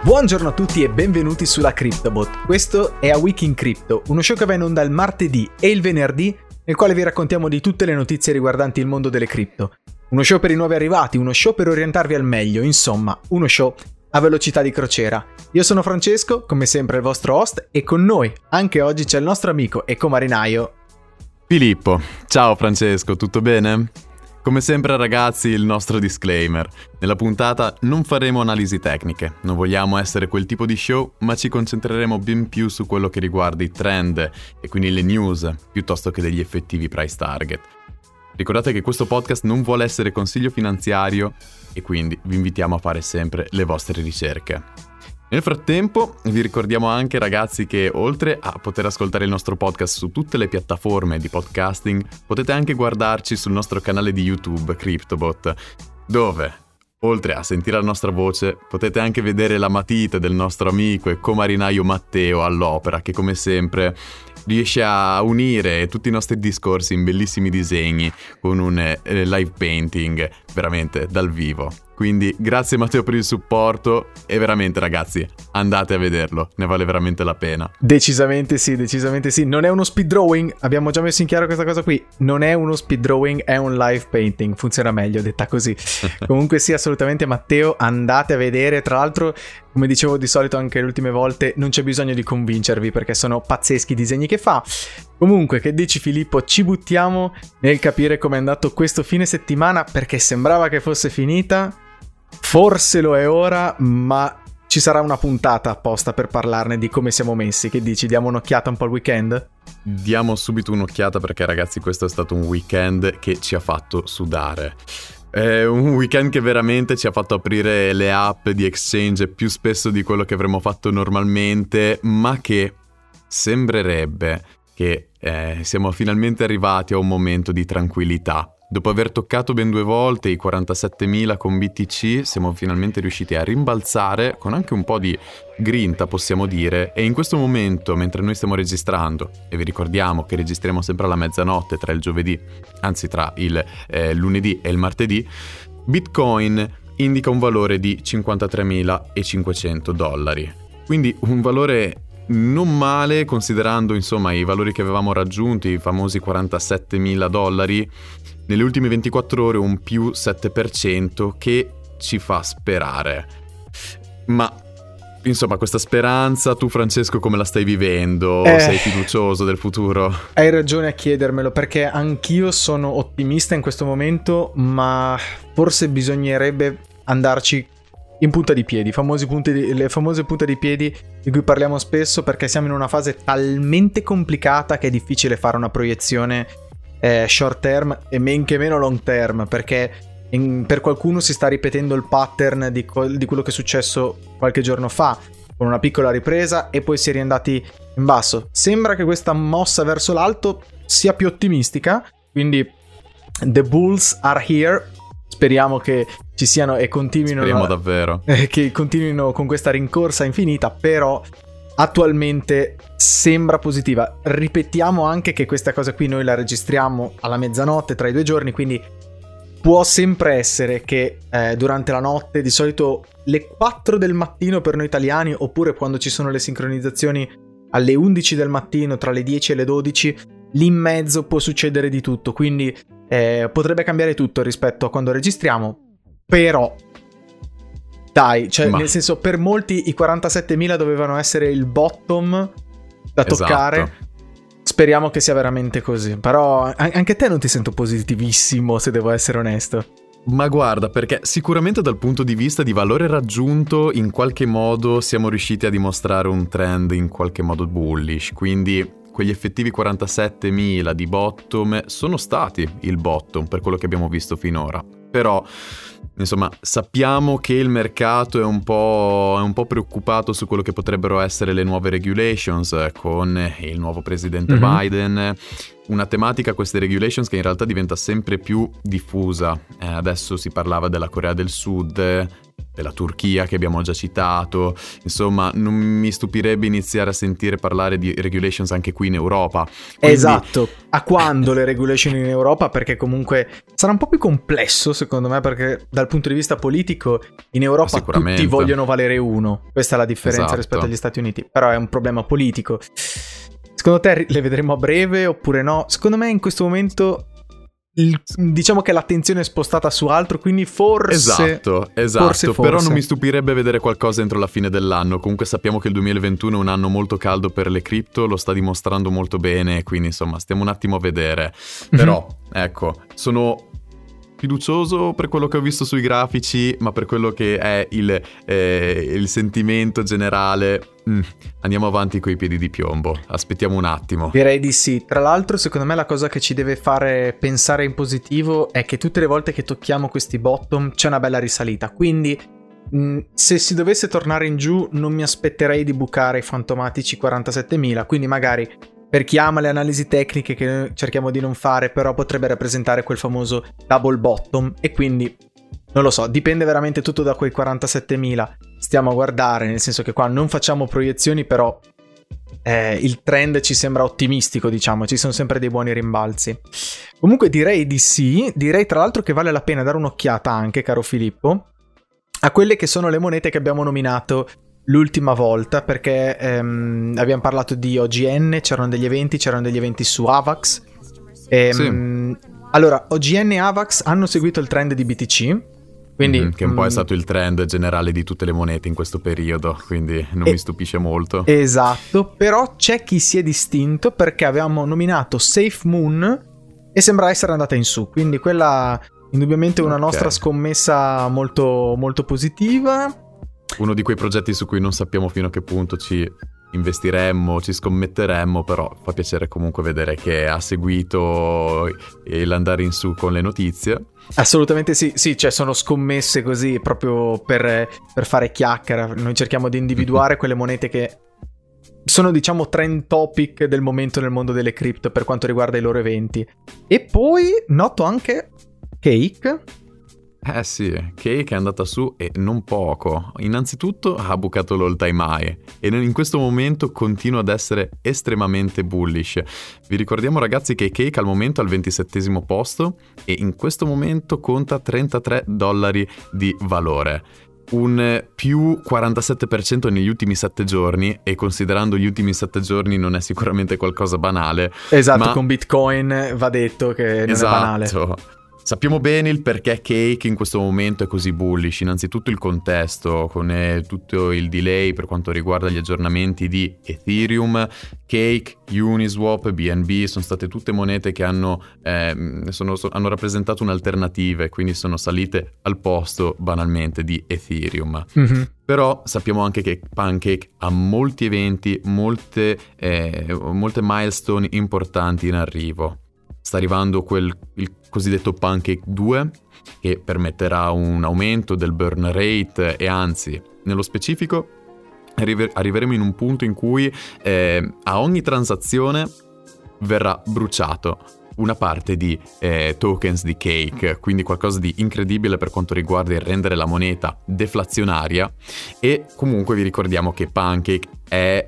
Buongiorno a tutti e benvenuti sulla CryptoBot. Questo è A Week in Crypto, uno show che va in onda il martedì e il venerdì, nel quale vi raccontiamo di tutte le notizie riguardanti il mondo delle cripto. Uno show per i nuovi arrivati, uno show per orientarvi al meglio, insomma, uno show a velocità di crociera. Io sono Francesco, come sempre il vostro host, e con noi anche oggi c'è il nostro amico e comarinaio Filippo. Ciao Francesco, tutto bene? Come sempre ragazzi, il nostro disclaimer. Nella puntata non faremo analisi tecniche, non vogliamo essere quel tipo di show, ma ci concentreremo ben più su quello che riguarda i trend e quindi le news, piuttosto che degli effettivi price target. Ricordate che questo podcast non vuole essere consiglio finanziario e quindi vi invitiamo a fare sempre le vostre ricerche. Nel frattempo vi ricordiamo anche ragazzi che oltre a poter ascoltare il nostro podcast su tutte le piattaforme di podcasting, potete anche guardarci sul nostro canale di YouTube CryptoBot, dove oltre a sentire la nostra voce potete anche vedere la matita del nostro amico e comarinaio Matteo all'opera, che come sempre riesce a unire tutti i nostri discorsi in bellissimi disegni con un live painting veramente dal vivo. Quindi grazie Matteo per il supporto e veramente ragazzi andate a vederlo, ne vale veramente la pena. Decisamente sì. Non è uno speed drawing, abbiamo già messo in chiaro questa cosa qui. Non è uno speed drawing, è un live painting. Funziona meglio detta così. Comunque sì, assolutamente Matteo, andate a vedere. Tra l'altro, come dicevo di solito anche le ultime volte, non c'è bisogno di convincervi perché sono pazzeschi i disegni che fa. Comunque, che dici Filippo? Ci buttiamo nel capire com'è andato questo fine settimana, perché sembrava che fosse finita. Forse lo è ora, ma ci sarà una puntata apposta per parlarne di come siamo messi. Che dici? Diamo un'occhiata un po' al weekend? Diamo subito un'occhiata perché ragazzi questo è stato un weekend che ci ha fatto sudare. È un weekend che veramente ci ha fatto aprire le app di exchange più spesso di quello che avremmo fatto normalmente, ma che sembrerebbe che siamo finalmente arrivati a un momento di tranquillità. Dopo aver toccato ben 2 volte i 47.000 con BTC, siamo finalmente riusciti a rimbalzare con anche un po' di grinta, possiamo dire, e in questo momento, mentre noi stiamo registrando, e vi ricordiamo che registriamo sempre alla mezzanotte tra il giovedì, anzi tra il lunedì e il martedì, Bitcoin indica un valore di $53.500. Quindi un valore non male considerando insomma i valori che avevamo raggiunto, i famosi $47.000 nelle ultime 24 ore, un più 7% che ci fa sperare. Ma insomma questa speranza tu Francesco come la stai vivendo? Sei fiducioso del futuro? Hai ragione a chiedermelo perché anch'io sono ottimista in questo momento, ma forse bisognerebbe andarci in punta di piedi, le famose punte di piedi di cui parliamo spesso, perché siamo in una fase talmente complicata che è difficile fare una proiezione short term e men che meno long term, perché per qualcuno si sta ripetendo il pattern di quello che è successo qualche giorno fa, con una piccola ripresa e poi si è riandati in basso. Sembra che questa mossa verso l'alto sia più ottimistica, quindi the bulls are here. Speriamo che ci siano e continuino. Speriamo davvero. Che continuino con questa rincorsa infinita, però attualmente sembra positiva. Ripetiamo anche che questa cosa qui noi la registriamo alla mezzanotte tra i 2 giorni, quindi può sempre essere che durante la notte, di solito le 4 del mattino per noi italiani, oppure quando ci sono le sincronizzazioni alle 11 del mattino, tra le 10 e le 12, lì in mezzo può succedere di tutto, quindi potrebbe cambiare tutto rispetto a quando registriamo, però dai, cioè nel senso, per molti i 47.000 dovevano essere il bottom da toccare. Esatto. Speriamo che sia veramente così, però anche te non ti sento positivissimo, se devo essere onesto. Ma guarda, perché sicuramente dal punto di vista di valore raggiunto in qualche modo siamo riusciti a dimostrare un trend in qualche modo bullish, quindi quegli effettivi 47.000 di bottom sono stati il bottom per quello che abbiamo visto finora. Però, insomma, sappiamo che il mercato è un po' preoccupato su quello che potrebbero essere le nuove regulations con il nuovo presidente Biden. Una tematica, queste regulations, che in realtà diventa sempre più diffusa. Adesso si parlava della Corea del Sud, della Turchia che abbiamo già citato. Insomma, non mi stupirebbe iniziare a sentire parlare di regulations anche qui in Europa. Quindi... Esatto, a quando le regulation in Europa? Perché comunque sarà un po' più complesso secondo me, perché dal punto di vista politico in Europa tutti vogliono valere uno. Questa è la differenza rispetto agli Stati Uniti, però è un problema politico. Secondo te le vedremo a breve oppure no? Secondo me in questo momento diciamo che l'attenzione è spostata su altro, quindi forse esatto. Però non mi stupirebbe vedere qualcosa entro la fine dell'anno. Comunque sappiamo che il 2021 è un anno molto caldo per le cripto, lo sta dimostrando molto bene, quindi insomma stiamo un attimo a vedere. Però ecco, sono fiducioso per quello che ho visto sui grafici, ma per quello che è il sentimento generale, andiamo avanti coi piedi di piombo, aspettiamo un attimo. Direi di sì. Tra l'altro secondo me la cosa che ci deve fare pensare in positivo è che tutte le volte che tocchiamo questi bottom c'è una bella risalita, quindi se si dovesse tornare in giù non mi aspetterei di bucare i fantomatici 47.000, quindi magari per chi ama le analisi tecniche, che noi cerchiamo di non fare, però potrebbe rappresentare quel famoso double bottom, e quindi non lo so, dipende veramente tutto da quei 47.000. Stiamo a guardare, nel senso che qua non facciamo proiezioni, però il trend ci sembra ottimistico, diciamo, ci sono sempre dei buoni rimbalzi. Comunque direi di sì, direi tra l'altro che vale la pena dare un'occhiata anche, caro Filippo, a quelle che sono le monete che abbiamo nominato l'ultima volta, perché abbiamo parlato di OGN, c'erano degli eventi su AVAX. Sì. Allora, OGN e AVAX hanno seguito il trend di BTC, quindi che un po' è stato il trend generale di tutte le monete in questo periodo, quindi non mi stupisce molto. Esatto, però c'è chi si è distinto perché avevamo nominato SafeMoon e sembra essere andata in su, quindi quella indubbiamente è una nostra scommessa molto, molto positiva. Uno di quei progetti su cui non sappiamo fino a che punto ci investiremmo, ci scommetteremmo, però fa piacere comunque vedere che ha seguito l'andare in su con le notizie. Assolutamente sì, cioè sono scommesse così proprio per fare chiacchiera. Noi cerchiamo di individuare quelle monete che sono, diciamo, trend topic del momento nel mondo delle cripto per quanto riguarda i loro eventi. E poi noto anche Cake. Sì, Cake è andata su e non poco. Innanzitutto ha bucato l'all time high e in questo momento continua ad essere estremamente bullish. Vi ricordiamo, ragazzi, che Cake al momento è al 27° posto e in questo momento conta $33 di valore. Un più 47% negli ultimi 7 giorni, e considerando gli ultimi 7 giorni non è sicuramente qualcosa banale. Esatto, con Bitcoin va detto che non è banale. Sappiamo bene il perché Cake in questo momento è così bullish. Innanzitutto il contesto, con tutto il delay per quanto riguarda gli aggiornamenti di Ethereum. Cake, Uniswap, BNB sono state tutte monete che hanno rappresentato un'alternativa e quindi sono salite al posto banalmente di Ethereum. Però sappiamo anche che Pancake ha molti eventi, molte milestone importanti in arrivo. Sta arrivando il cosiddetto Pancake 2, che permetterà un aumento del burn rate e anzi, nello specifico, arriveremo in un punto in cui a ogni transazione verrà bruciato una parte di tokens di Cake, quindi qualcosa di incredibile per quanto riguarda il rendere la moneta deflazionaria. E comunque vi ricordiamo che Pancake è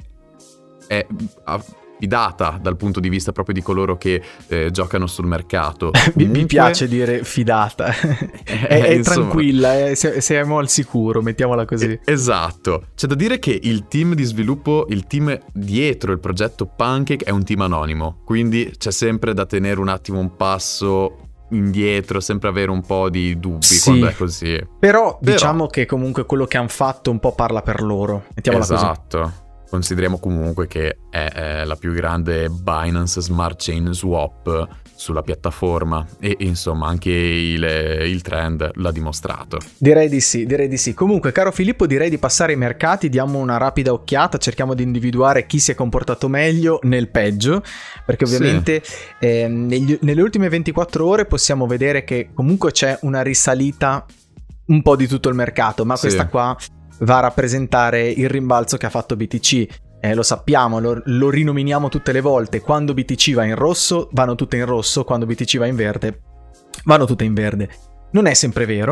fidata dal punto di vista proprio di coloro che giocano sul mercato. Mi piace dire fidata. È tranquilla, siamo al sicuro, mettiamola così. Esatto. C'è da dire che il team di sviluppo, il team dietro il progetto Pancake è un team anonimo, quindi c'è sempre da tenere un attimo un passo indietro, sempre avere un po' di dubbi quando è così. Però diciamo che comunque quello che hanno fatto un po' parla per loro, mettiamola così. Esatto. Consideriamo comunque che è la più grande Binance Smart Chain Swap sulla piattaforma e insomma anche il trend l'ha dimostrato. Direi di sì. Comunque, caro Filippo, direi di passare ai mercati, diamo una rapida occhiata, cerchiamo di individuare chi si è comportato meglio nel peggio, perché ovviamente nelle ultime 24 ore possiamo vedere che comunque c'è una risalita un po' di tutto il mercato, ma questa qua va a rappresentare il rimbalzo che ha fatto BTC. Lo sappiamo, lo rinominiamo tutte le volte. Quando BTC va in rosso, vanno tutte in rosso. Quando BTC va in verde, vanno tutte in verde. Non è sempre vero,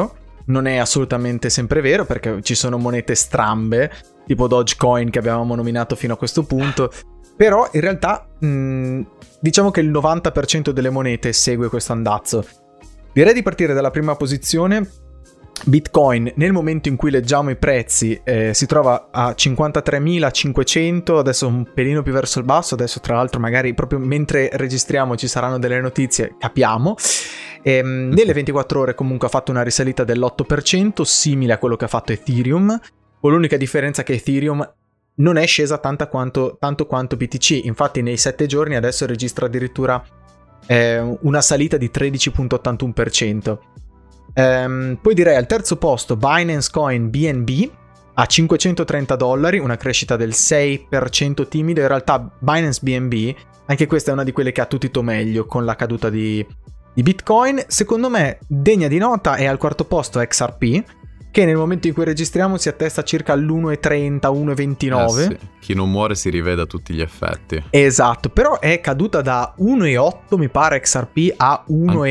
non è assolutamente sempre vero, perché ci sono monete strambe, tipo Dogecoin che avevamo nominato fino a questo punto, però in realtà diciamo che il 90% delle monete segue questo andazzo. Direi di partire dalla prima posizione. Bitcoin, nel momento in cui leggiamo i prezzi, si trova a 53.500, adesso un pelino più verso il basso, adesso tra l'altro magari proprio mentre registriamo ci saranno delle notizie, capiamo. Nelle 24 ore comunque ha fatto una risalita dell'8%, simile a quello che ha fatto Ethereum, con l'unica differenza che Ethereum non è scesa tanto quanto BTC, infatti nei 7 giorni adesso registra addirittura una salita di 13.81%. Poi direi al terzo posto Binance Coin BNB a $530, una crescita del 6% timido. In realtà Binance BNB, anche questa è una di quelle che ha tutito meglio con la caduta di Bitcoin. Secondo me degna di nota è al quarto posto XRP, che nel momento in cui registriamo si attesta circa all'1,30, 1,29. Sì. Chi non muore si rivede a tutti gli effetti. Esatto, però è caduta da 1,8 mi pare XRP a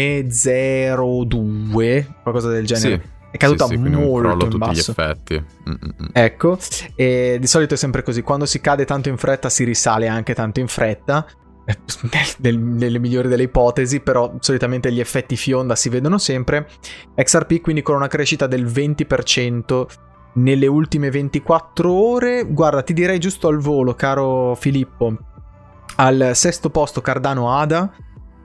1,02, qualcosa del genere. Sì. È caduta sì, molto in tutti basso. Gli effetti. Ecco, e di solito è sempre così, quando si cade tanto in fretta si risale anche tanto in fretta, nelle migliori delle ipotesi, però solitamente gli effetti fionda si vedono sempre. XRP quindi con una crescita del 20% nelle ultime 24 ore. Guarda, ti direi giusto al volo, caro Filippo, al sesto posto Cardano ADA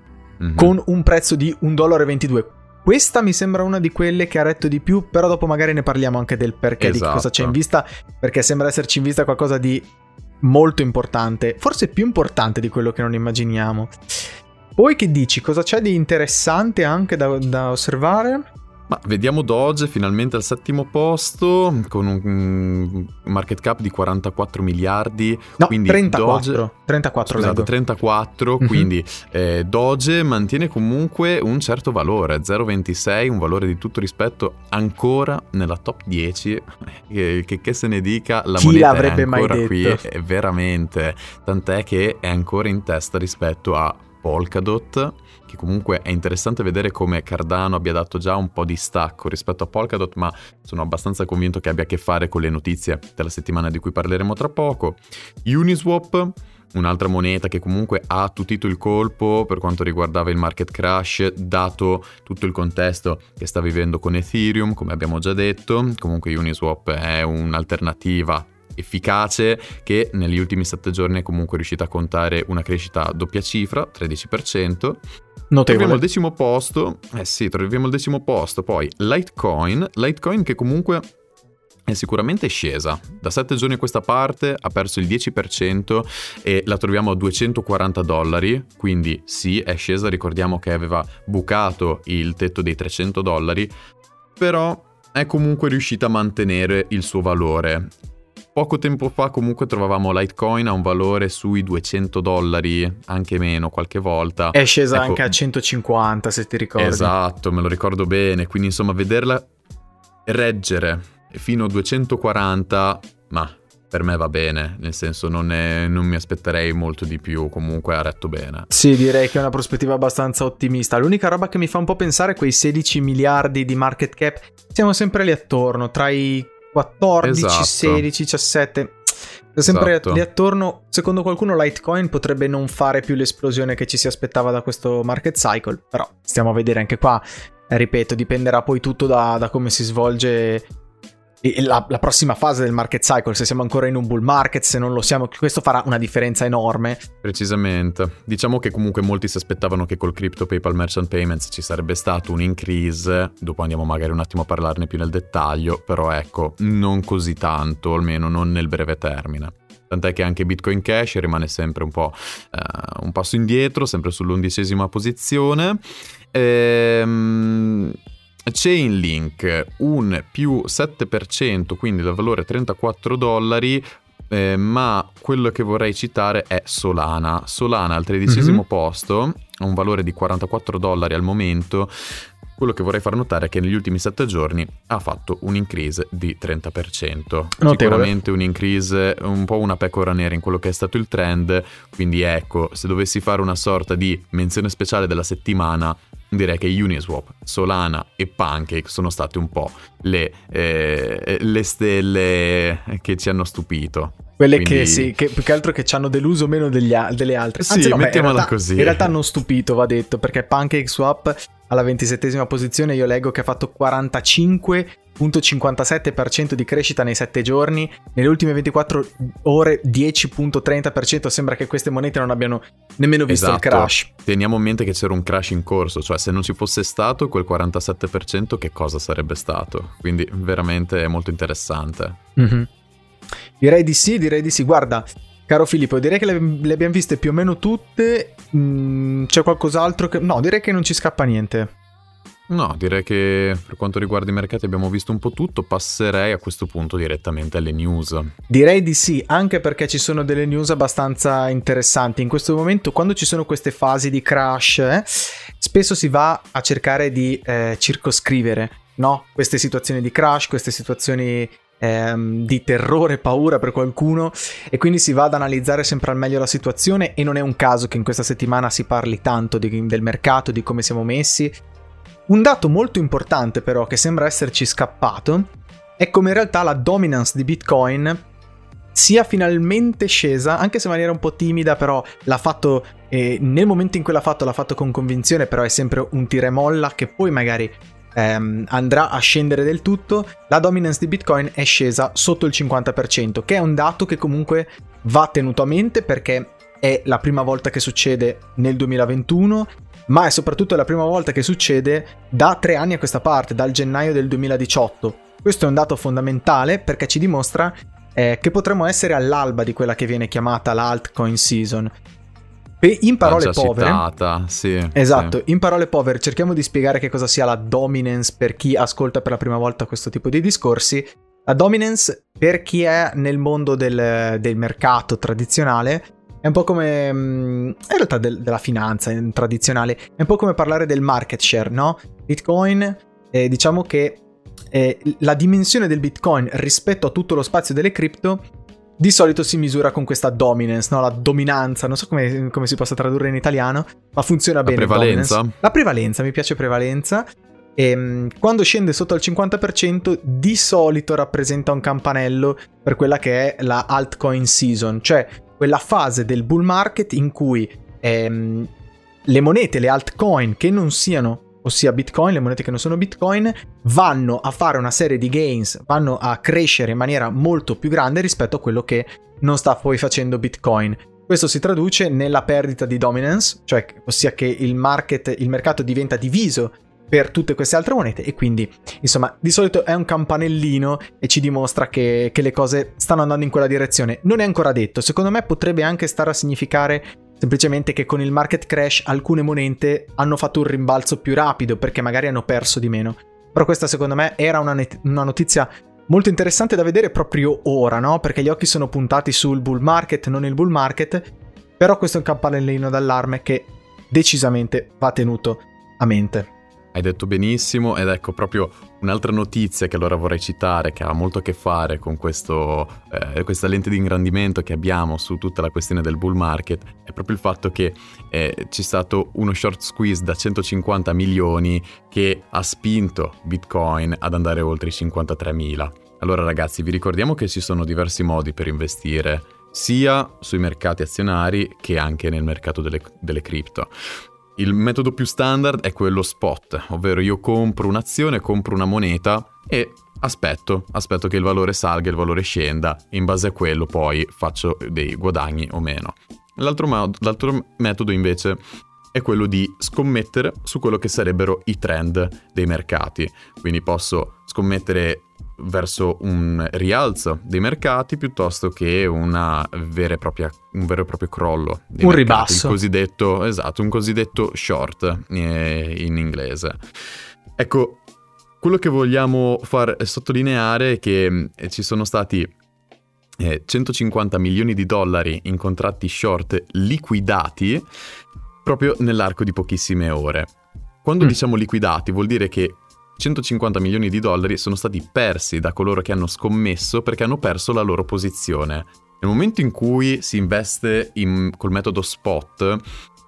con un prezzo di $1,22. Questa mi sembra una di quelle che ha retto di più, però dopo magari ne parliamo anche del perché, di cosa c'è in vista, perché sembra esserci in vista qualcosa di molto importante, forse più importante di quello che non immaginiamo. Poi che dici? Cosa c'è di interessante anche da osservare? Ma vediamo Doge finalmente al settimo posto con un market cap di 44 miliardi. No, quindi 34. Doge, 34, scusate, 34, quindi Doge mantiene comunque un certo valore, 0,26, un valore di tutto rispetto, ancora nella top 10, che se ne dica, la Chi moneta l'avrebbe è ancora mai qui, detto? è veramente, tant'è che è ancora in testa rispetto a Polkadot, che comunque è interessante vedere come Cardano abbia dato già un po' di stacco rispetto a Polkadot, ma sono abbastanza convinto che abbia a che fare con le notizie della settimana di cui parleremo tra poco. Uniswap, un'altra moneta che comunque ha attutito il colpo per quanto riguardava il market crash, dato tutto il contesto che sta vivendo con Ethereum, come abbiamo già detto. Comunque Uniswap è un'alternativa efficace che negli ultimi 7 giorni è comunque riuscita a contare una crescita a doppia cifra, 13%. Notevole. Troviamo il decimo posto, troviamo il decimo posto, poi Litecoin che comunque è sicuramente scesa. Da 7 giorni a questa parte ha perso il 10% e la troviamo a $240, quindi sì, è scesa, ricordiamo che aveva bucato il tetto dei $300, però è comunque riuscita a mantenere il suo valore. Poco tempo fa comunque trovavamo Litecoin a un valore sui $200, anche meno qualche volta. È scesa anche a 150, se ti ricordi. Esatto, me lo ricordo bene. Quindi insomma vederla reggere fino a 240, ma per me va bene. Nel senso non mi aspetterei molto di più, comunque ha retto bene. Sì, direi che è una prospettiva abbastanza ottimista. L'unica roba che mi fa un po' pensare è quei 16 miliardi di market cap. Siamo sempre lì attorno, tra i 14, esatto. 16, 17, sempre esatto. lì attorno. Secondo qualcuno Litecoin potrebbe non fare più l'esplosione che ci si aspettava da questo market cycle, però stiamo a vedere anche qua. Ripeto, dipenderà poi tutto da come si svolge la prossima fase del market cycle, se siamo ancora in un bull market, se non lo siamo. Questo farà una differenza enorme. Precisamente. Diciamo che comunque molti si aspettavano che col crypto PayPal Merchant Payments ci sarebbe stato un increase, dopo andiamo magari un attimo a parlarne più nel dettaglio, però ecco, non così tanto, almeno non nel breve termine. Tant'è che anche Bitcoin Cash rimane sempre un po' un passo indietro, sempre sull'11ª posizione. Chainlink un più 7%, quindi dal valore $34, ma quello che vorrei citare è Solana al 13º posto, a un valore di $44 al momento. Quello che vorrei far notare è che negli ultimi 7 giorni ha fatto un increase di 30%. Notevole. Sicuramente un increase, un po' una pecora nera in quello che è stato il trend, quindi ecco, se dovessi fare una sorta di menzione speciale della settimana, direi che Uniswap, Solana e Pancake sono state un po' le stelle che ci hanno stupito. Quelle quindi... che più che altro che ci hanno deluso meno delle altre. Anzi, sì, no, mettiamola così. In realtà hanno stupito, va detto, perché PancakeSwap alla 27esima posizione io leggo che ha fatto 45,57% di crescita nei 7 giorni, nelle ultime 24 ore 10,30%. Sembra che queste monete non abbiano nemmeno visto il crash. Teniamo in mente che c'era un crash in corso, cioè se non ci fosse stato quel 47% che cosa sarebbe stato? Quindi veramente è molto interessante. Mm-hmm. Direi di sì. Guarda, caro Filippo, direi che le abbiamo viste più o meno tutte. C'è qualcos'altro che... No, direi che non ci scappa niente. No, direi che per quanto riguarda i mercati abbiamo visto un po' tutto. Passerei a questo punto direttamente alle news. Direi di sì, anche perché ci sono delle news abbastanza interessanti. In questo momento, quando ci sono queste fasi di crash, spesso si va a cercare di circoscrivere, no? Queste situazioni di crash, queste situazioni... di terrore, paura per qualcuno, e quindi si va ad analizzare sempre al meglio la situazione. E non è un caso che in questa settimana si parli tanto del mercato, di come siamo messi. Un dato molto importante però che sembra esserci scappato è come in realtà la dominance di Bitcoin sia finalmente scesa, anche se in maniera un po' timida, però l'ha fatto nel momento in cui l'ha fatto con convinzione, però è sempre un tira e molla che poi magari andrà a scendere del tutto. La dominance di Bitcoin è scesa sotto il 50%, che è un dato che comunque va tenuto a mente, perché è la prima volta che succede nel 2021, ma è soprattutto la prima volta che succede da 3 anni a questa parte, dal gennaio del 2018. Questo è un dato fondamentale perché ci dimostra che potremmo essere all'alba di quella che viene chiamata la altcoin season. In parole povere, sì, esatto, sì. In parole povere cerchiamo di spiegare che cosa sia la dominance per chi ascolta per la prima volta questo tipo di discorsi. La dominance, per chi è nel mondo del mercato tradizionale, è un po' come, in realtà della finanza tradizionale, è un po' come parlare del market share, no? Bitcoin, diciamo che la dimensione del Bitcoin rispetto a tutto lo spazio delle cripto di solito si misura con questa dominance, no? La dominanza, non so come si possa tradurre in italiano, ma funziona bene. La prevalenza? Dominance. La prevalenza, mi piace prevalenza. Quando scende sotto il 50% di solito rappresenta un campanello per quella che è la altcoin season, cioè quella fase del bull market in cui le monete, le altcoin che non siano, ossia Bitcoin, le monete che non sono Bitcoin, vanno a fare una serie di gains, vanno a crescere in maniera molto più grande rispetto a quello che non sta poi facendo Bitcoin. Questo si traduce nella perdita di dominance, cioè ossia che il mercato diventa diviso per tutte queste altre monete, e quindi insomma di solito è un campanellino e ci dimostra che le cose stanno andando in quella direzione. Non è ancora detto, secondo me potrebbe anche stare a significare semplicemente che con il market crash alcune monete hanno fatto un rimbalzo più rapido perché magari hanno perso di meno. Però questa secondo me era una notizia molto interessante da vedere proprio ora, no? Perché gli occhi sono puntati sul bull market, non il bull market. Però questo è un campanellino d'allarme che decisamente va tenuto a mente. Hai detto benissimo, ed ecco proprio un'altra notizia che allora vorrei citare, che ha molto a che fare con questa lente di ingrandimento che abbiamo su tutta la questione del bull market, è proprio il fatto che c'è stato uno short squeeze da 150 milioni che ha spinto Bitcoin ad andare oltre i 53.000. Allora ragazzi, vi ricordiamo che ci sono diversi modi per investire, sia sui mercati azionari che anche nel mercato delle cripto. Il metodo più standard è quello spot, ovvero io compro un'azione, compro una moneta e aspetto che il valore salga, il valore scenda, e in base a quello poi faccio dei guadagni o meno. L'altro metodo invece è quello di scommettere su quello che sarebbero i trend dei mercati, quindi posso scommettere verso un rialzo dei mercati piuttosto che un vero e proprio crollo dei un mercati, ribasso, un cosiddetto short in inglese. Ecco, quello che vogliamo far sottolineare è che ci sono stati 150 milioni di dollari in contratti short liquidati proprio nell'arco di pochissime ore. Quando diciamo liquidati vuol dire che 150 milioni di dollari sono stati persi da coloro che hanno scommesso perché hanno perso la loro posizione. Nel momento in cui si investe col metodo spot,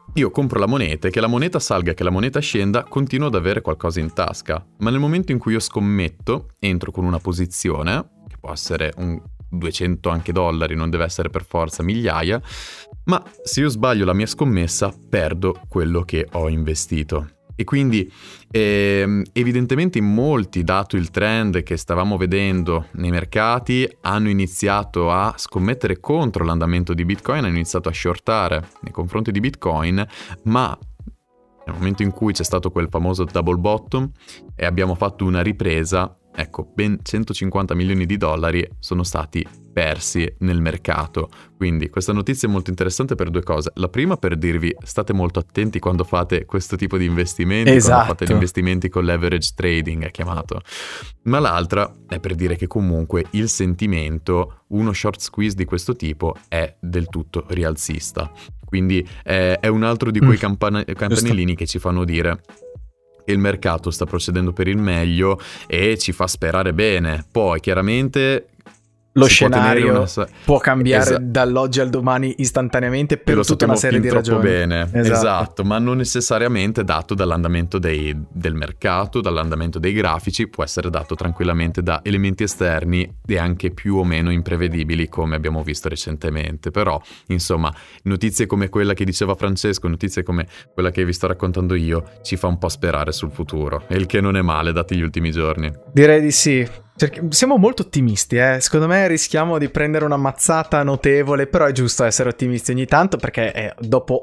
io compro la moneta e che la moneta salga, che la moneta scenda, continuo ad avere qualcosa in tasca. Ma nel momento in cui io scommetto, entro con una posizione, che può essere un 200 anche dollari, non deve essere per forza migliaia, ma se io sbaglio la mia scommessa, perdo quello che ho investito. E quindi evidentemente in molti, dato il trend che stavamo vedendo nei mercati, hanno iniziato a scommettere contro l'andamento di Bitcoin, hanno iniziato a shortare nei confronti di Bitcoin, ma nel momento in cui c'è stato quel famoso double bottom e abbiamo fatto una ripresa, ecco, ben 150 milioni di dollari sono stati persi nel mercato. Quindi questa notizia è molto interessante per due cose. La prima, per dirvi, state molto attenti quando fate questo tipo di investimenti, quando fate gli investimenti con leverage trading, è chiamato. Ma l'altra è per dire che comunque il sentimento, uno short squeeze di questo tipo, è del tutto rialzista. Quindi è un altro di quei campanellini che ci fanno dire che il mercato sta procedendo per il meglio e ci fa sperare bene. Poi chiaramente lo scenario può cambiare dall'oggi al domani istantaneamente per tutta una serie di ragioni. Bene. Esatto, ma non necessariamente dato dall'andamento del mercato, dall'andamento dei grafici, può essere dato tranquillamente da elementi esterni e anche più o meno imprevedibili, come abbiamo visto recentemente. Però, insomma, notizie come quella che diceva Francesco, notizie come quella che vi sto raccontando io, ci fa un po' sperare sul futuro, e il che non è male dati gli ultimi giorni. Direi di sì. Siamo molto ottimisti, secondo me rischiamo di prendere una mazzata notevole, però è giusto essere ottimisti ogni tanto, perché dopo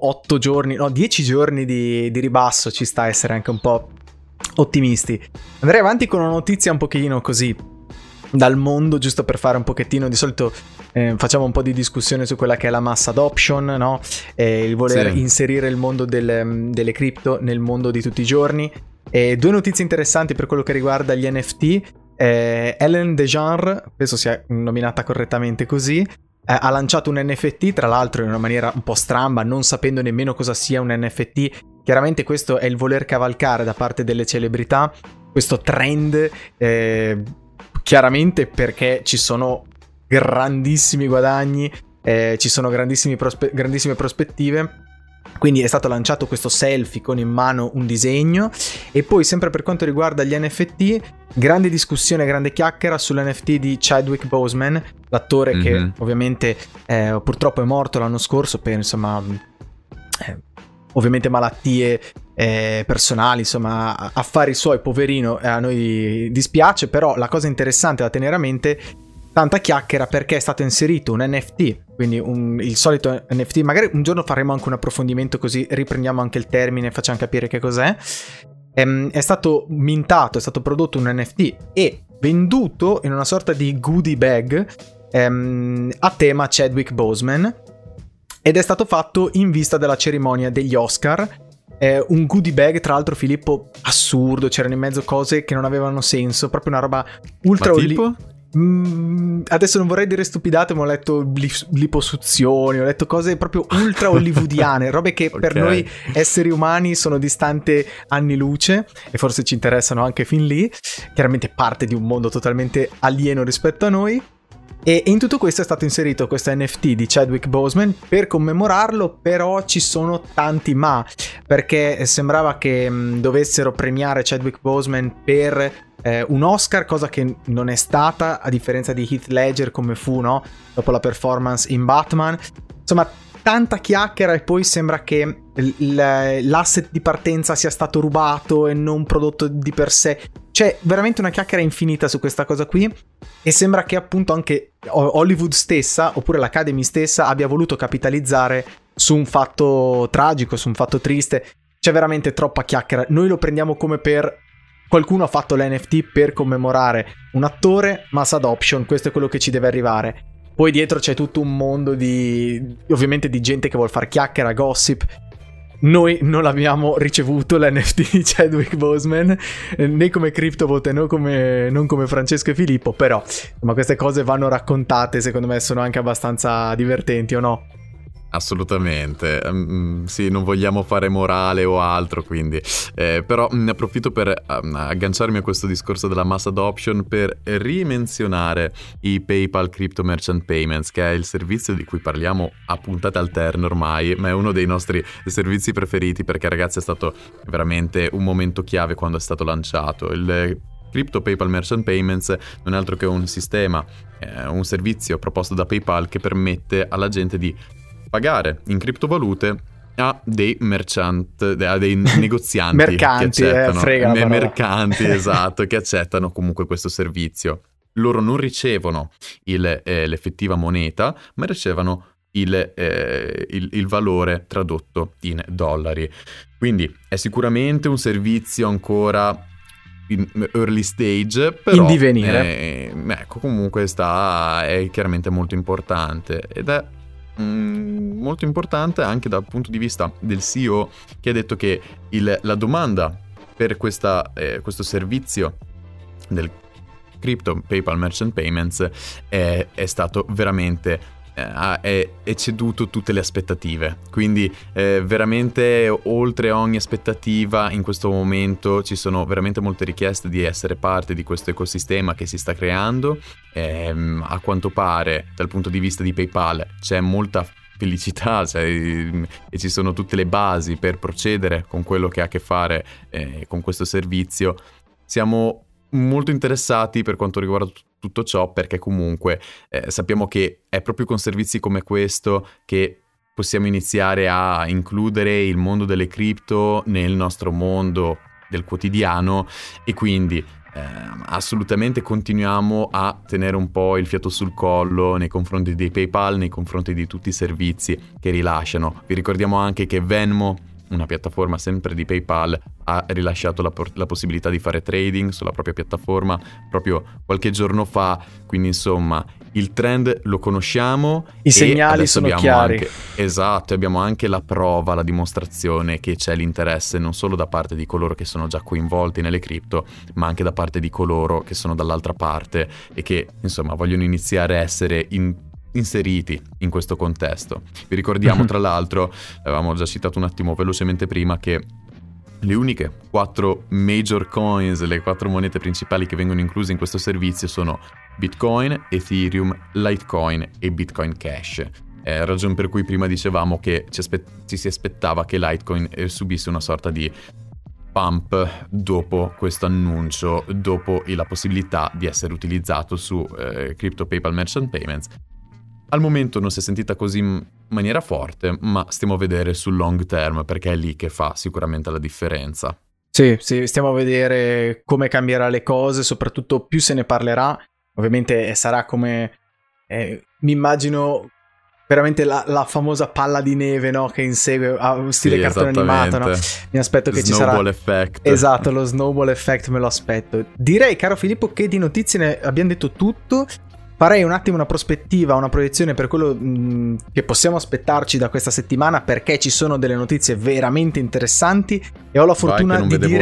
10 giorni di ribasso ci sta a essere anche un po' ottimisti. Andrei avanti con una notizia un pochino così dal mondo, giusto per fare un pochettino, di solito facciamo un po' di discussione su quella che è la mass adoption, no? Il voler inserire il mondo delle cripto nel mondo di tutti i giorni. Due notizie interessanti per quello che riguarda gli NFT. Ellen DeGeneres, penso sia nominata correttamente così, ha lanciato un NFT, tra l'altro in una maniera un po' stramba, non sapendo nemmeno cosa sia un NFT. Chiaramente questo è il voler cavalcare da parte delle celebrità questo trend, chiaramente perché ci sono grandissimi guadagni, ci sono grandissime prospettive. Quindi è stato lanciato questo selfie con in mano un disegno. E poi, sempre per quanto riguarda gli NFT, grande discussione, grande chiacchiera sull'NFT di Chadwick Boseman, l'attore che ovviamente purtroppo è morto l'anno scorso per, insomma, ovviamente malattie personali, insomma, affari suoi, poverino, a noi dispiace. Però la cosa interessante da tenere a mente, tanta chiacchiera perché è stato inserito un NFT, quindi il solito NFT. Magari un giorno faremo anche un approfondimento, così riprendiamo anche il termine e facciamo capire che cos'è. È stato mintato, è stato prodotto un NFT e venduto in una sorta di goodie bag a tema Chadwick Boseman, ed è stato fatto in vista della cerimonia degli Oscar. Un goodie bag, tra l'altro, Filippo, assurdo, c'erano in mezzo cose che non avevano senso, proprio una roba ultra... Ma tipo? Adesso non vorrei dire stupidate, ma ho letto liposuzioni, ho letto cose proprio ultra hollywoodiane, robe che per noi esseri umani sono distante anni luce e forse ci interessano anche fin lì, chiaramente parte di un mondo totalmente alieno rispetto a noi. E in tutto questo è stato inserito questo NFT di Chadwick Boseman per commemorarlo, però ci sono tanti ma, perché sembrava che dovessero premiare Chadwick Boseman per un Oscar, cosa che non è stata, a differenza di Heath Ledger come fu, no? Dopo la performance in Batman. Insomma, tanta chiacchiera, e poi sembra che l'asset di partenza sia stato rubato e non prodotto di per sé. C'è veramente una chiacchiera infinita su questa cosa qui, e sembra che appunto anche Hollywood stessa, oppure l'Academy stessa, abbia voluto capitalizzare su un fatto tragico, su un fatto triste. C'è veramente troppa chiacchiera. Noi lo prendiamo come per... qualcuno ha fatto l'NFT per commemorare un attore, mass adoption, questo è quello che ci deve arrivare. Poi dietro c'è tutto un mondo ovviamente di gente che vuol far chiacchiera, gossip. Noi non l'abbiamo ricevuto l'NFT di Chadwick Boseman, né come CryptoVote, non come Francesco e Filippo, però insomma queste cose vanno raccontate, secondo me sono anche abbastanza divertenti, o no? Assolutamente, sì, non vogliamo fare morale o altro, quindi però ne approfitto per agganciarmi a questo discorso della mass adoption per rimenzionare i PayPal Crypto Merchant Payments, che è il servizio di cui parliamo a puntate alterne ormai, ma è uno dei nostri servizi preferiti perché, ragazzi, è stato veramente un momento chiave quando è stato lanciato. Il Crypto PayPal Merchant Payments non è altro che un sistema, un servizio proposto da PayPal che permette alla gente di pagare in criptovalute a dei a dei negozianti mercanti, che accettano, frega la parola. mercanti, esatto, che accettano comunque questo servizio. Loro non ricevono l'effettiva moneta, ma ricevono il valore tradotto in dollari. Quindi è sicuramente un servizio ancora in early stage, però in divenire. Ecco, comunque è chiaramente molto importante, ed è molto importante anche dal punto di vista del CEO, che ha detto che la domanda per questo servizio del Crypto PayPal Merchant Payments è stato veramente ha ecceduto tutte le aspettative, quindi veramente oltre ogni aspettativa in questo momento ci sono veramente molte richieste di essere parte di questo ecosistema che si sta creando. A quanto pare dal punto di vista di PayPal c'è molta felicità, e ci sono tutte le basi per procedere con quello che ha a che fare con questo servizio. Siamo molto interessati per quanto riguarda tutto ciò, perché comunque sappiamo che è proprio con servizi come questo che possiamo iniziare a includere il mondo delle cripto nel nostro mondo del quotidiano, e quindi assolutamente continuiamo a tenere un po' il fiato sul collo nei confronti di PayPal, nei confronti di tutti i servizi che rilasciano. Vi ricordiamo anche che Venmo, una piattaforma sempre di PayPal, ha rilasciato la possibilità di fare trading sulla propria piattaforma proprio qualche giorno fa, quindi insomma il trend lo conosciamo, i segnali sono chiari. Esatto, abbiamo anche la prova, la dimostrazione che c'è l'interesse non solo da parte di coloro che sono già coinvolti nelle cripto, ma anche da parte di coloro che sono dall'altra parte e che insomma vogliono iniziare a essere inseriti in questo contesto. Vi ricordiamo tra l'altro, avevamo già citato un attimo velocemente prima, che le uniche 4 major coins, le 4 monete principali che vengono incluse in questo servizio sono Bitcoin, Ethereum, Litecoin e Bitcoin Cash. Ragione per cui prima dicevamo che ci si aspettava che Litecoin subisse una sorta di pump dopo questo annuncio, dopo la possibilità di essere utilizzato su Crypto PayPal Merchant Payments. Al momento non si è sentita così in maniera forte, ma stiamo a vedere sul long term, perché è lì che fa sicuramente la differenza. Sì, stiamo a vedere come cambierà le cose, soprattutto più se ne parlerà. Ovviamente sarà come, mi immagino, veramente la famosa palla di neve, no? Che insegue a un stile cartone animato, no? Mi aspetto che ci sarà... Snowball effect. Esatto, lo snowball effect me lo aspetto. Direi, caro Filippo, che di notizie ne abbiamo detto tutto. Farei un attimo una prospettiva, una proiezione per quello che possiamo aspettarci da questa settimana, perché ci sono delle notizie veramente interessanti e ho la fortuna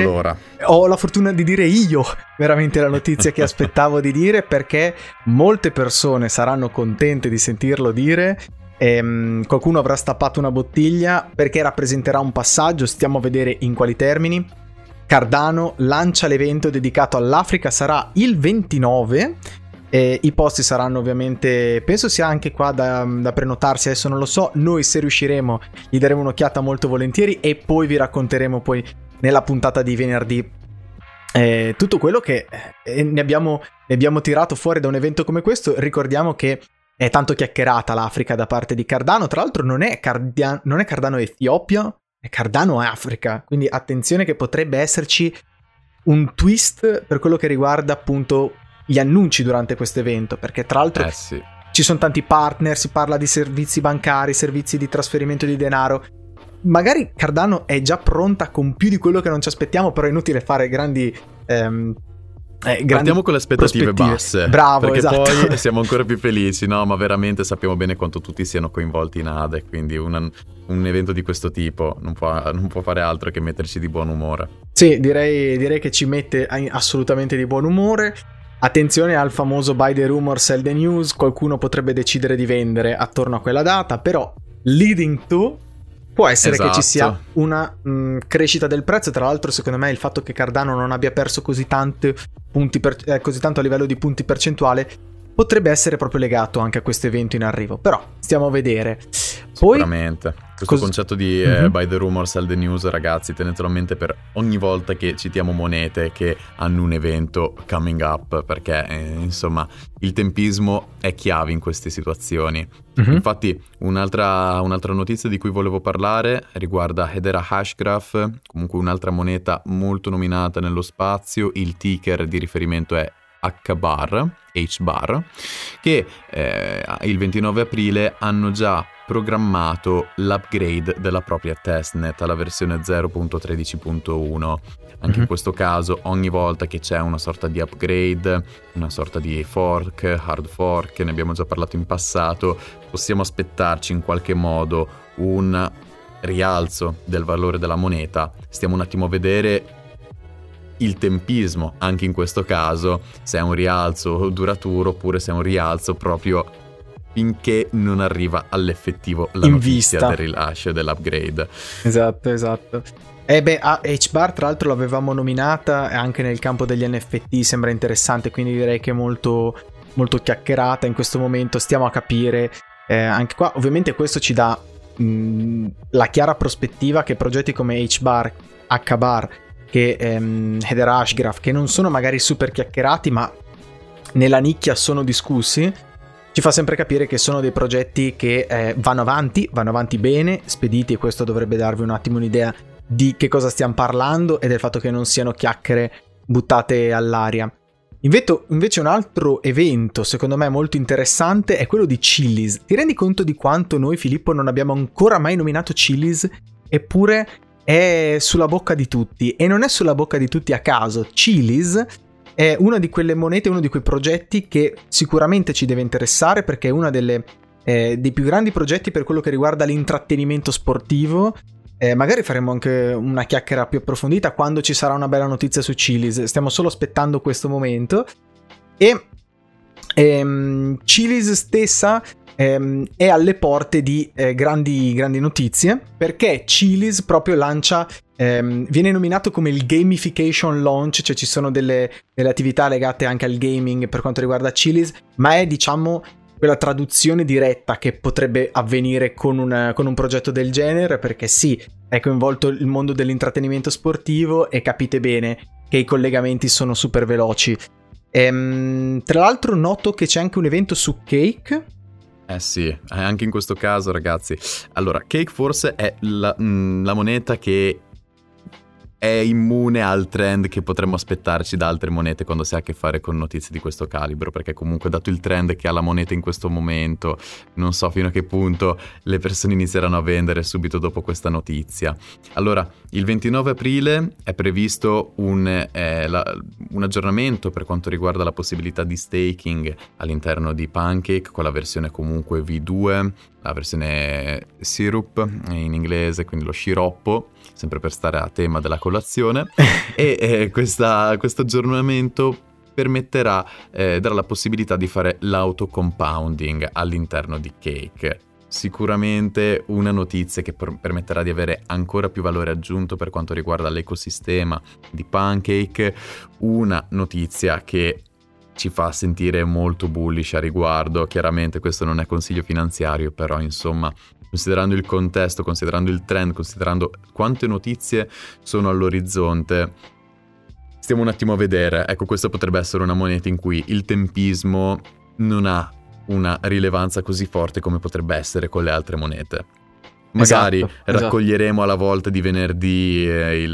di dire io veramente la notizia che aspettavo di dire, perché molte persone saranno contente di sentirlo dire. Qualcuno avrà stappato una bottiglia, perché rappresenterà un passaggio, stiamo a vedere in quali termini. Cardano lancia l'evento dedicato all'Africa, sarà il 29. I posti saranno ovviamente, penso sia anche qua da prenotarsi, adesso non lo so, noi se riusciremo gli daremo un'occhiata molto volentieri e poi vi racconteremo poi nella puntata di venerdì tutto quello che ne abbiamo tirato fuori da un evento come questo. Ricordiamo che è tanto chiacchierata l'Africa da parte di Cardano, tra l'altro non è Cardano Etiopia, è Cardano Africa, quindi attenzione che potrebbe esserci un twist per quello che riguarda appunto gli annunci durante questo evento, perché tra l'altro sì, ci sono tanti partner, si parla di servizi bancari, servizi di trasferimento di denaro. Magari Cardano è già pronta con più di quello che non ci aspettiamo, però è inutile fare grandi partiamo con le aspettative basse. Bravo, perché esatto. Poi siamo ancora più felici, no? Ma veramente sappiamo bene quanto tutti siano coinvolti in ADE, quindi un evento di questo tipo non può fare altro che metterci di buon umore. Sì, direi che ci mette assolutamente di buon umore. Attenzione al famoso buy the rumor, sell the news. Qualcuno potrebbe decidere di vendere attorno a quella data, però leading to, può essere che ci sia Esatto. una crescita del prezzo. Tra l'altro, secondo me, il fatto che Cardano non abbia perso così tanto a livello di punti percentuale potrebbe essere proprio legato anche a questo evento in arrivo. Però stiamo a vedere. Poi, Sicuramente. Questo concetto di buy the rumor, sell the news, ragazzi, tenetelo a mente per ogni volta che citiamo monete che hanno un evento coming up, perché insomma il tempismo è chiave in queste situazioni. Infatti un'altra notizia di cui volevo parlare riguarda Hedera Hashgraph, comunque un'altra moneta molto nominata nello spazio. Il ticker di riferimento è HBAR, che il 29 aprile hanno già programmato l'upgrade della propria testnet alla versione 0.13.1. Anche in questo caso, ogni volta che c'è una sorta di upgrade, una sorta di fork, hard fork, ne abbiamo già parlato in passato, possiamo aspettarci in qualche modo un rialzo del valore della moneta. Stiamo un attimo a vedere il tempismo anche in questo caso, se è un rialzo duraturo oppure se è un rialzo proprio finché non arriva all'effettivo la notizia del rilascio dell'upgrade. Esatto. HBAR tra l'altro l'avevamo nominata anche nel campo degli NFT, sembra interessante, quindi direi che è molto, molto chiacchierata in questo momento. Stiamo a capire anche qua, ovviamente questo ci dà la chiara prospettiva che progetti come HBAR che Hedera Hashgraph, che non sono magari super chiacchierati ma nella nicchia sono discussi, ci fa sempre capire che sono dei progetti che vanno avanti bene, spediti, e questo dovrebbe darvi un attimo un'idea di che cosa stiamo parlando e del fatto che non siano chiacchiere buttate all'aria. Invece un altro evento secondo me molto interessante è quello di Chiliz. Ti rendi conto di quanto noi, Filippo, non abbiamo ancora mai nominato Chiliz, eppure è sulla bocca di tutti, e non è sulla bocca di tutti a caso. Chiliz è una di quelle monete, uno di quei progetti che sicuramente ci deve interessare, perché è una dei più grandi progetti per quello che riguarda l'intrattenimento sportivo. Magari faremo anche una chiacchiera più approfondita quando ci sarà una bella notizia su Chiliz. Stiamo solo aspettando questo momento. E Chiliz stessa è alle porte di grandi notizie, perché Chiliz proprio lancia, viene nominato come il gamification launch, cioè ci sono delle attività legate anche al gaming per quanto riguarda Chiliz, ma è, diciamo, quella traduzione diretta che potrebbe avvenire con un progetto del genere, perché sì, è coinvolto il mondo dell'intrattenimento sportivo e capite bene che i collegamenti sono super veloci. Tra l'altro noto che c'è anche un evento su Cake. Sì, anche in questo caso, ragazzi. Allora, Cake forse è la moneta che è immune al trend che potremmo aspettarci da altre monete quando si ha a che fare con notizie di questo calibro, perché comunque, dato il trend che ha la moneta in questo momento, non so fino a che punto le persone inizieranno a vendere subito dopo questa notizia. Allora, il 29 aprile è previsto un aggiornamento per quanto riguarda la possibilità di staking all'interno di Pancake, con la versione comunque V2, la versione syrup in inglese, quindi lo sciroppo, sempre per stare a tema della colazione. E questo aggiornamento permetterà, darà la possibilità di fare l'auto-compounding all'interno di Cake. Sicuramente una notizia che permetterà di avere ancora più valore aggiunto per quanto riguarda l'ecosistema di Pancake, una notizia che ci fa sentire molto bullish a riguardo. Chiaramente questo non è consiglio finanziario, però insomma, considerando il contesto, considerando il trend, considerando quante notizie sono all'orizzonte, stiamo un attimo a vedere. Ecco, questa potrebbe essere una moneta in cui il tempismo non ha una rilevanza così forte come potrebbe essere con le altre monete. Magari raccoglieremo alla volta di venerdì i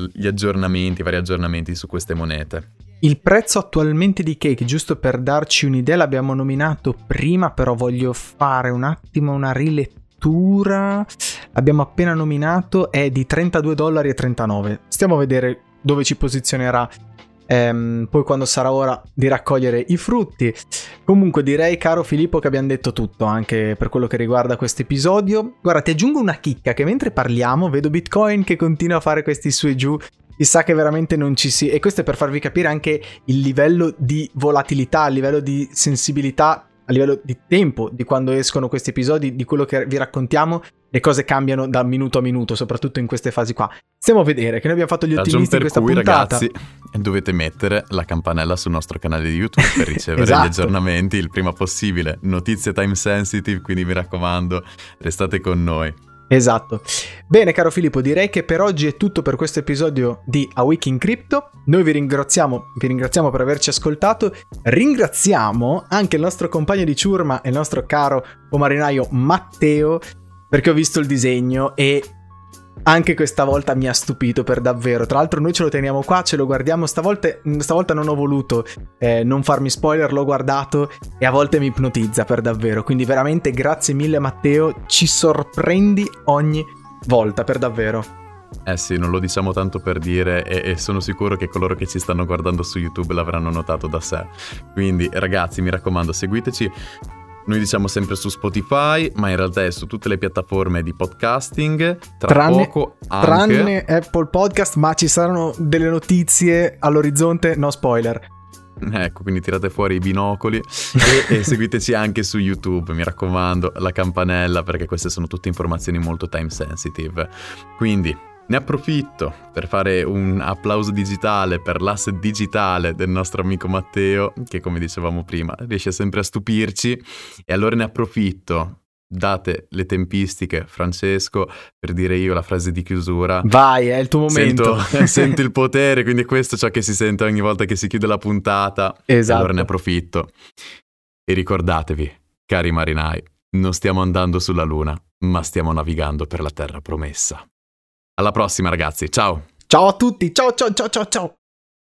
vari aggiornamenti su queste monete. Il prezzo attualmente di Cake, giusto per darci un'idea, l'abbiamo nominato prima, però voglio fare un attimo una rilettura. L'abbiamo appena nominato, è di $32,39. Stiamo a vedere dove ci posizionerà poi quando sarà ora di raccogliere i frutti. Comunque direi, caro Filippo, che abbiamo detto tutto anche per quello che riguarda questo episodio. Guarda, ti aggiungo una chicca, che mentre parliamo vedo Bitcoin che continua a fare questi su e giù. Chissà che veramente non ci e questo è per farvi capire anche il livello di volatilità, il livello di sensibilità a livello di tempo di quando escono questi episodi, di quello che vi raccontiamo, le cose cambiano da minuto a minuto, soprattutto in queste fasi qua. Stiamo a vedere che noi abbiamo fatto gli ottimisti in questa puntata. Ragazzi, dovete mettere la campanella sul nostro canale di YouTube per ricevere Esatto. gli aggiornamenti il prima possibile. Notizie time sensitive, quindi mi raccomando, restate con noi. Esatto. Bene, caro Filippo, direi che per oggi è tutto per questo episodio di A Week in Crypto. Noi vi ringraziamo per averci ascoltato. Ringraziamo anche il nostro compagno di ciurma e il nostro caro pomarinaio Matteo, perché ho visto il disegno e anche questa volta mi ha stupito per davvero. Tra l'altro noi ce lo teniamo qua, ce lo guardiamo. Stavolta non ho voluto non farmi spoiler, l'ho guardato e a volte mi ipnotizza per davvero. Quindi veramente grazie mille Matteo, ci sorprendi ogni volta per davvero. Sì, non lo diciamo tanto per dire e sono sicuro che coloro che ci stanno guardando su YouTube l'avranno notato da sé. Quindi ragazzi, mi raccomando, seguiteci. Noi diciamo sempre su Spotify, ma in realtà è su tutte le piattaforme di podcasting. Tranne Apple Podcast, ma ci saranno delle notizie all'orizzonte, no spoiler. Ecco, quindi tirate fuori i binocoli e seguiteci anche su YouTube, mi raccomando, la campanella, perché queste sono tutte informazioni molto time sensitive. Quindi ne approfitto per fare un applauso digitale per l'asset digitale del nostro amico Matteo, che come dicevamo prima riesce sempre a stupirci, e allora ne approfitto, date le tempistiche, Francesco, per dire io la frase di chiusura. Vai, è il tuo momento. Sento il potere, quindi questo è ciò che si sente ogni volta che si chiude la puntata. Esatto. Allora ne approfitto. E ricordatevi, cari marinai, non stiamo andando sulla Luna, ma stiamo navigando per la terra promessa. Alla prossima ragazzi, ciao! Ciao a tutti, ciao ciao ciao ciao ciao!